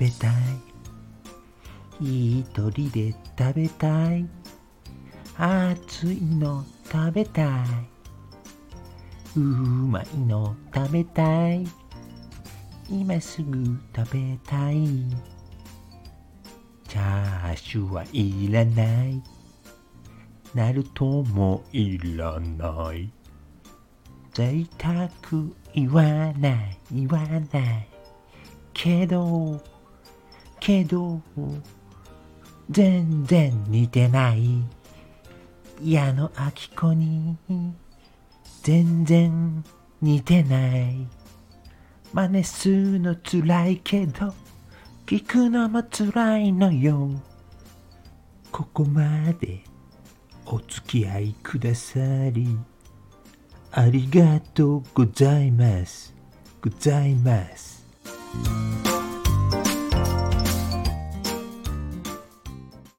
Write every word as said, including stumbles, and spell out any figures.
べたい。一人で食べたい。熱いの食べたい。うまいの食べたい。今すぐ食べたい。チャーシューはいらない。ナルトもいらない。贅沢言わない言わないけどけど全然似てない。矢野明子に全然似てない。真似するのつらいけど聞くのもつらいのよ。ここまでお付き合いくださりありがとうございますございます。